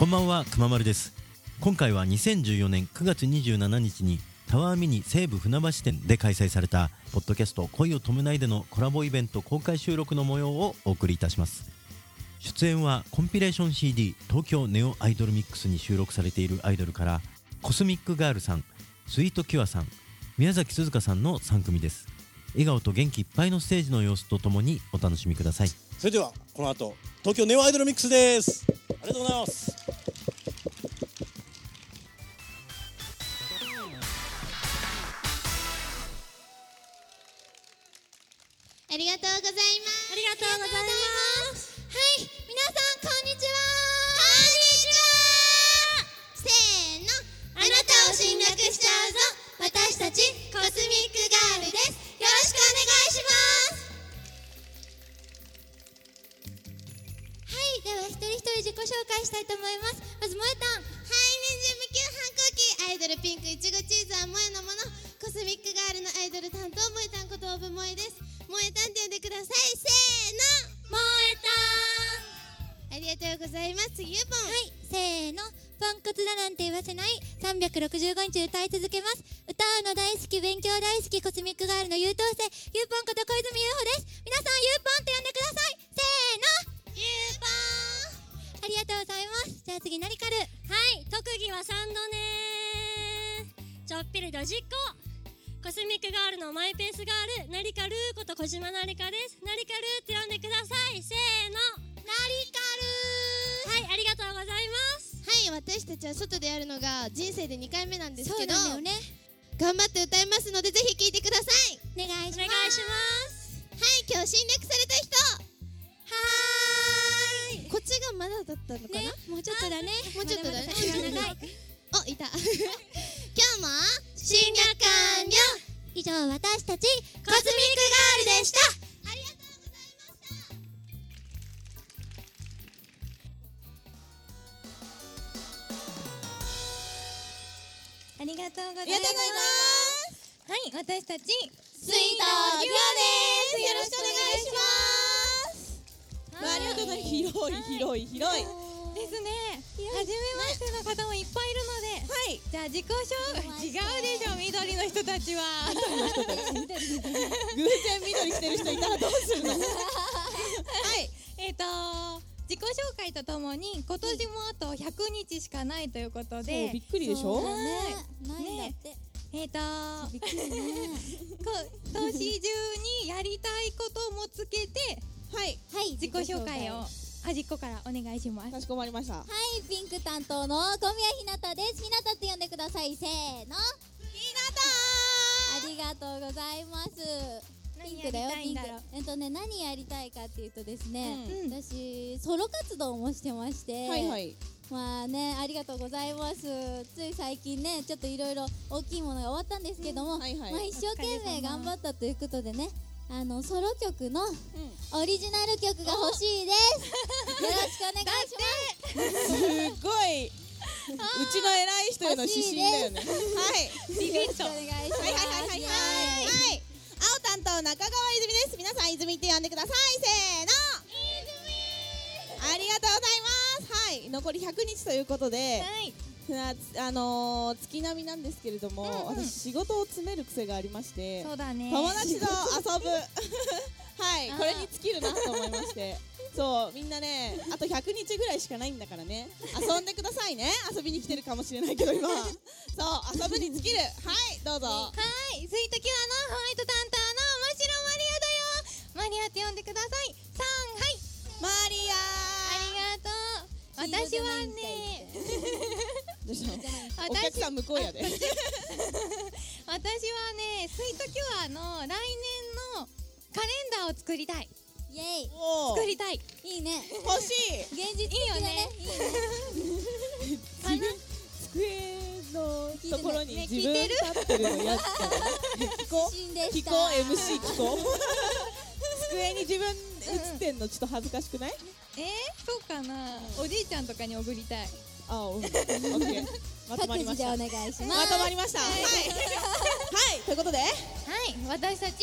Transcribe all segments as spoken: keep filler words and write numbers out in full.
こんばんは、くままるです。今回はにせんじゅうよねんくがつにじゅうしちにちにタワーミニ西武船橋店で開催されたポッドキャスト恋を弔いでのコラボイベント公開収録の模様をお送りいたします。出演はコンピレーション シーディー 東京ネオアイドルミックスに収録されているアイドルからコスミックガールさん、スイートキュアさん、宮崎鈴香さんのさん組です。笑顔と元気いっぱいのステージの様子とともにお楽しみください。 それではこの後東京ネオアイドルミックスです。ありがとうございます。 ありがとうございます。 ありがとうございます。 はい、皆さんこんにちは。こんにちは。せーの、あなたを侵略しちゃうぞ。私たちコスミックガールです。よろしくお願いします。はい、では一人一人自己紹介したいと思います。まず萌えたん。はい、年中無休反抗期アイドルピンクいちごチーズは萌えのもの。コスミックガールのアイドル担当萌えたんことオブ萌えです。萌えたんって呼んでください。せーの、 萌えたありがとうございます。次ゆうぽん。 はい、せーの、ポンコツだなんて言わせないさんびゃくろくじゅうごにち歌い続けます。歌うの大好き、勉強大好き、コスミックガールの優等生ゆうぽんこと小泉優穂です。皆さんゆうぽんって呼んでください。せーの、 ゆうぽん。 ありがとうございます。じゃあ次なりかる。 はい、特技はサンドねーちょっぴりドジっ子コスミックガールのマイペースガールなりかるーこと小島なりかです。なりかるーって呼んでください。せーの、 なりかるはい、ありがとうございます。 ー。はい、私たちは外でやるのが人生でにかいめなんですけど、 そうなんだよね。 頑張って歌いますのでぜひ聴いてください。 お願いします。 お願いします。 はい、今日侵略された人。はーい。こっちがまだだったのかな、 ね、もうちょっとだね。 もうちょっとだね。 まだまだ先が長い。 お、いた。今日も侵略完了。 以上、私たちコスミックガールでした。ありがとうございました。 ありがとうございます。 ありがとうございます。はい、私たちスイートキュアです。よろしくお願いします。 まあ、ありがとうございます。広い広い広いですね。初めましての方もいっぱいいるので、はい、じゃあ自己紹介。違うでしょ、緑の人たちは。偶然緑してる人いたらどうするの。はい、えっと自己紹介とともに今年もあとひゃくにちしかないということで、 そうびっくりでしょ。 そうね、ないんだって。 えっとびっくりね。今年中にやりたいこともつけて、はいはい、 自己紹介を端っこからお願いします。 かしこまりました。 はい、ピンク担当の小宮ひなたです。ひなたって呼んでください。せーの、 ひなたありがとうございます。ピンクだよ、ピンク。えっとね、何やりたいかっていうとですね、 うん私ソロ活動もしてまして、 はいはい。 まあね、ありがとうございます。つい最近ね、ちょっといろいろ大きいものが終わったんですけども、 うんはいはいまあ一生懸命頑張ったということでね、あのソロ曲のうんオリジナル曲が欲しいです。よろしくお願いします。 すごい。うちの偉い人への指針だよね。はい。 よろしくお願いします。 はいはいはいはいはいはい。青担当中川泉です。皆さん泉って呼んでください。せーの。泉。ありがとうございます。はい。残りひゃくにちということで、 はい、 あのー、月並みなんですけれども、 うんうん、 私仕事を詰める癖がありまして、 そうだね、 友達と遊ぶはい、これに尽きるなと思いまして、そう、みんなね、あとひゃくにちぐらいしかないんだからね、遊んでくださいね。遊びに来てるかもしれないけど今そう、遊ぶに尽きる。はい、どうぞ。 はい、スイートキュアのホワイト担当の真白マリアだよ。マリアって呼んでください。さん、はい、 マリアありがとう。私はねどうしたの？お客さん向こうやで私はね、スイートキュアの来年のカレンダーを作りたい。 イエイ。 おー、 作りたい。 いいね。 欲しい。 現実的だね。いいね。 自分机のところにね自分立ってるのやつから聞こ死んでした。 聞こ エムシー 聞こ机に自分映ってんのちょっと恥ずかしくない？ えー、そうかな。おじいちゃんとかに送りたい。 あ、うん、オッケー。まとまりました。 各自でお願いします。 まとまりました。はい。はい。ということで、 はい、私たちスイートキュアでした。ありがとう。ありがとうござい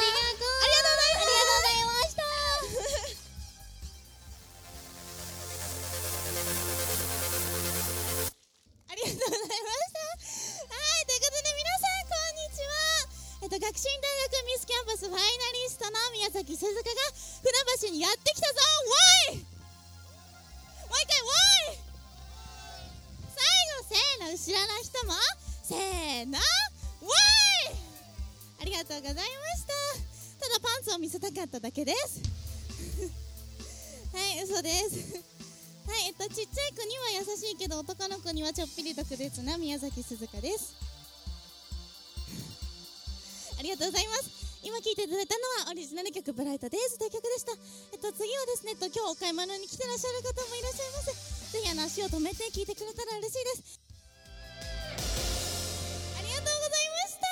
ました。 ファイナリストの宮崎鈴鹿が船橋にやってきたぞ。わい、もう一回わい。最後せーの、知らない人もせーの、わい。ありがとうございました。ただパンツを見せたかっただけですはい、嘘ですはい、えっとちっちゃい子には優しいけど男の子にはちょっぴり特別な宮崎鈴鹿ですありがとうございます。今聴いていただいたのはオリジナル曲ブライトデイズという曲でした。えっと次はですね、えっと今日お買い物に来てらっしゃる方もいらっしゃいます。ぜひあの足を止めて聴いてくれたら嬉しいです。ありがとうございました。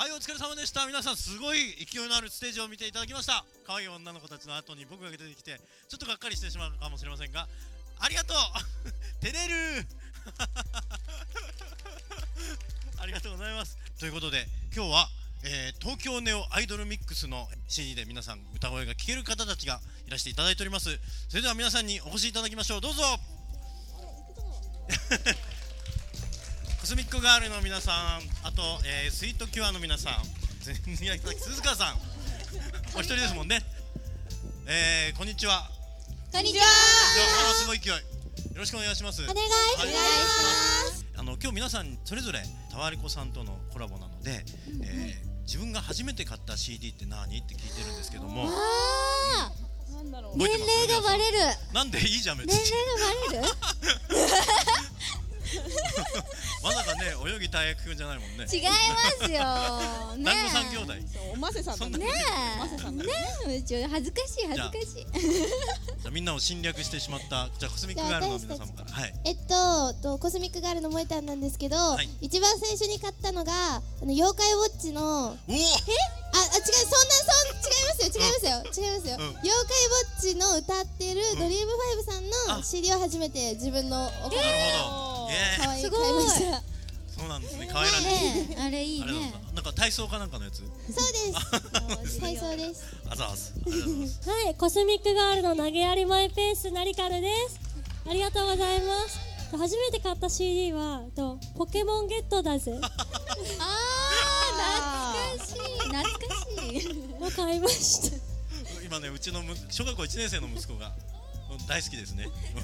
はい、お疲れ様でした。皆さんすごい勢いのあるステージを見ていただきました。可愛い女の子たちの後に僕が出てきてちょっとがっかりしてしまうかもしれませんが、ありがとう照れるありがとうございます。ということで今日は、えー、東京ネオアイドルミックスの シーディー で皆さん歌声が聴ける方たちがいらしていただいております。それでは皆さんにお越しいただきましょう。どうぞコスミックガールの皆さん、あと、えー、スイートキュアの皆さん、宮崎鈴鹿さんお一人ですもんね。えー、こんにちは。 こんにちは。 すごい勢いよろしくお願いします。 お願いします。 あの今日皆さんそれぞれタワリコさんとのコラボなので、うんえー、自分が初めて買った シーディー って何って聞いてるんですけども、 あうん、 なんだろう、 年齢がバレる。 なんでいいじゃん別に年齢がバレるまさかね泳ぎ大役くんじゃないもんね。 違いますよね。 団子三兄弟。 そうおませさんだねおませさんだねえ、ちょ恥ずかしい恥ずかしい。 じゃあみんなを侵略してしまったじゃあコスミックガールの皆様から。はい。 えっととコスミックガールの萌えたんなんですけど、 はい、 一番最初に買ったのがあの妖怪ウォッチのおおあ、あ、違う、そんな、そん、違いますよ、違いますよ、違いますよ、 うん、 妖怪ウォッチの歌ってるドリームファイブさんの シーディー を初めて自分のお金で可愛い買いました。 そうなんですね、可愛らしい、 ね、あれいいね。 なんか体操かなんかのやつ。 そうです体操です。 あざーす。ありがとうございます。 はい、コスミックガールの投げやりマイペースなりかるです。ありがとうございます。初めて買った シーディー はとポケモンゲットだぜあー懐かしい懐かしいを買いました今ね、うちの小学校いちねん生の息子が大好きですね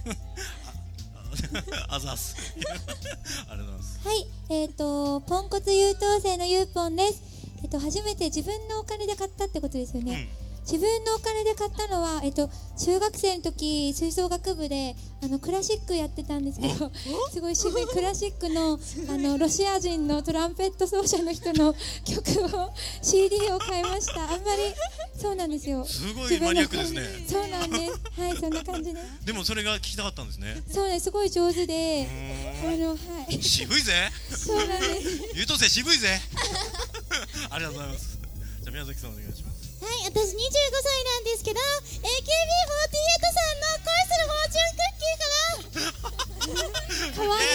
あざーすありがとうございます。 はい、えっ、ー、とポンコツ優等生のゆうぽんです。えっ、ー、と初めて自分のお金で買ったってことですよね、うん、自分のお金で買ったのは、えっ、ー、と中学生の時吹奏楽部であのクラシックやってたんですけどすごい渋いクラシックのあのロシア人のトランペット奏者の人の曲を シーディー を買いました。あんまりそうなんですよ。 すごいマニアックですね。 そうなんですはい、そんな感じです。 でもそれが聞きたかったんですね。 そうね、すごい上手であの、はい、 渋いぜそうなんです優等生渋いぜありがとうございます。じゃあ宮崎さんお願いします。 はい、私にじゅうごさいなんですけど エーケービーフォーティーエイト さんの恋するフォーチュンクッキーかなかわいい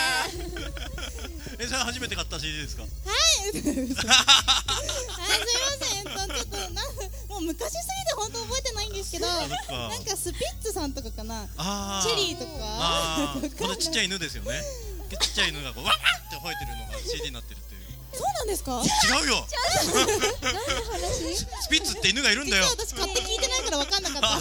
えー、それ初めて買った シーディー ですか。 はいはい、すいません、えっとちょっとなんもう昔すぎて本当覚えてないんですけどなんかスピッツさんとかかな、チェリーとかあこのちっちゃい犬ですよね。ちっちゃい犬がこうワンワンって吠えてるのが シーディー になってるっていう。 そうなんですか。 違うよ何の話スピッツって犬がいるんだよ。 実は私買って聞いてないから分かんなかった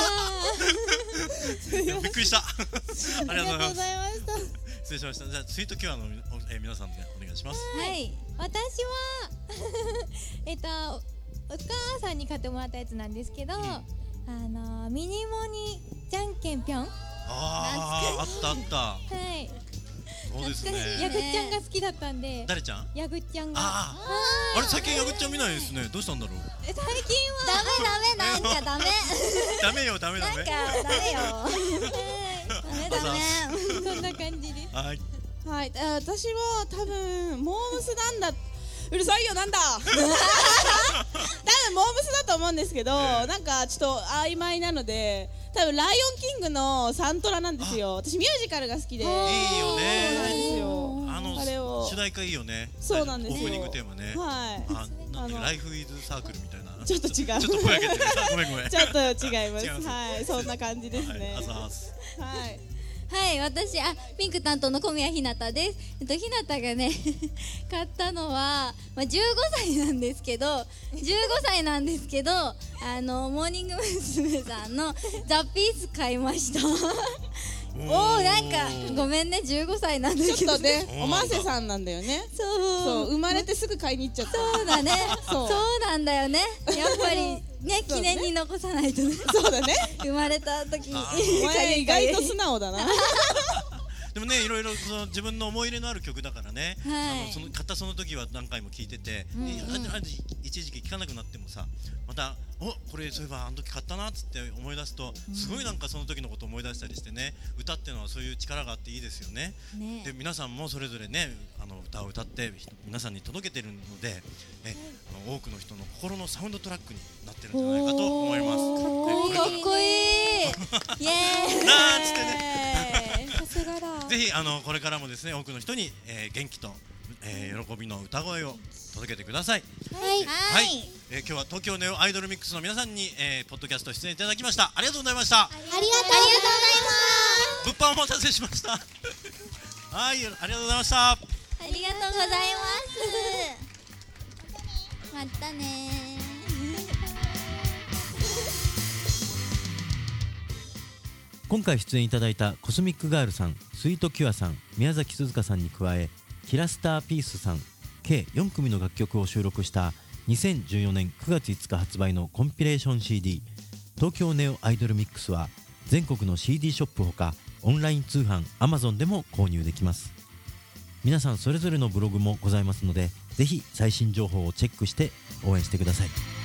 びっくりしたありがとうございます。 ざいました失礼しました。じゃあスイートキュアの、えー、皆さんでお願いします。 はい、私はえっとお母さんに買ってもらったやつなんですけど、うん、あのミニモニじゃんけんぴょん。 あーあったあったはいそうですね。 ヤグっちゃんが好きだったんで。 誰ちゃん？ ヤグっちゃんが。 ああ。あれ最近ヤグっちゃん見ないですね。どうしたんだろう。 最近は。 ダメダメなんかダメ。 ダメよダメダメ。 なんかダメよ。ダメダメ。 そんな感じです。 はい。 はい、私は多分モームスなんだ。うるさいよなんだ。多分モームスだと思うんですけど、なんかちょっと曖昧なので。多分ライオンキングのサントラなんですよ。私ミュージカルが好きで。いいよね。 そうなんですよ。 あのあれを主題歌いいよね。 そうなんですよ。 オープニングテーマね。 はい。 あ、なんかライフイズサークルみたいな。 ちょっと違う。 ちょっと声上げて。ごめんごめん。 ちょっと違います。はい、そんな感じですね。 あざーす。 はい。 はい、私、あ、ピンク担当の小宮ひなたです。えっと、ひなたがね、買ったのは、まあ、じゅうごさいなんですけど、じゅうごさいなんですけど、あの、モーニング娘。さんのザ・ピース買いました。おー、なんか、ごめんね、じゅうごさいなんだけど。 ちょっとね、おませさんなんだよね。 そう。 そう、生まれてすぐ買いに行っちゃった。 そうだね。 そう。そうなんだよね。やっぱり、ね、記念に残さないとね。 そうだね。 生まれた時に。 お前意外と素直だな。 でもね、いろいろその自分の思い入れのある曲だからね、はい、あのその買ったその時は何回も聴いてて、うんうん、あ一時期聴かなくなってもさ、またおこれそういえばあの時買ったなっつって思い出すと、うん、すごいなんかその時のことを思い出したりしてね、歌っていうのはそういう力があっていいですよね。ねで皆さんもそれぞれね、あの歌を歌って皆さんに届けてるので、えあの多くの人の心のサウンドトラックになってるんじゃないかと思います。 かっこいい、イエーイなんつってねさすがだ。 ぜひあのこれからもですね、多くの人に、えー、元気と、えー、喜びの歌声を届けてください。 はい、 はい、えー、今日は東京ネオアイドルミックスの皆さんに、えー、ポッドキャスト出演いただきました。ありがとうございました。 ありがとうございます。 物販お待たせしましたはい、ありがとうございました。ありがとうございます。またね。 今回出演いただいたコスミックガールさん、スイートキュアさん、宮崎鈴香さんに加え、キラスターピースさん、計よんくみの楽曲を収録したにせんじゅうよねんくがついつか発売のコンピレーション シーディー 東京ネオアイドルミックスは全国の シーディー ショップほかオンライン通販 アマゾン でも購入できます。皆さんそれぞれのブログもございますので、ぜひ最新情報をチェックして応援してください。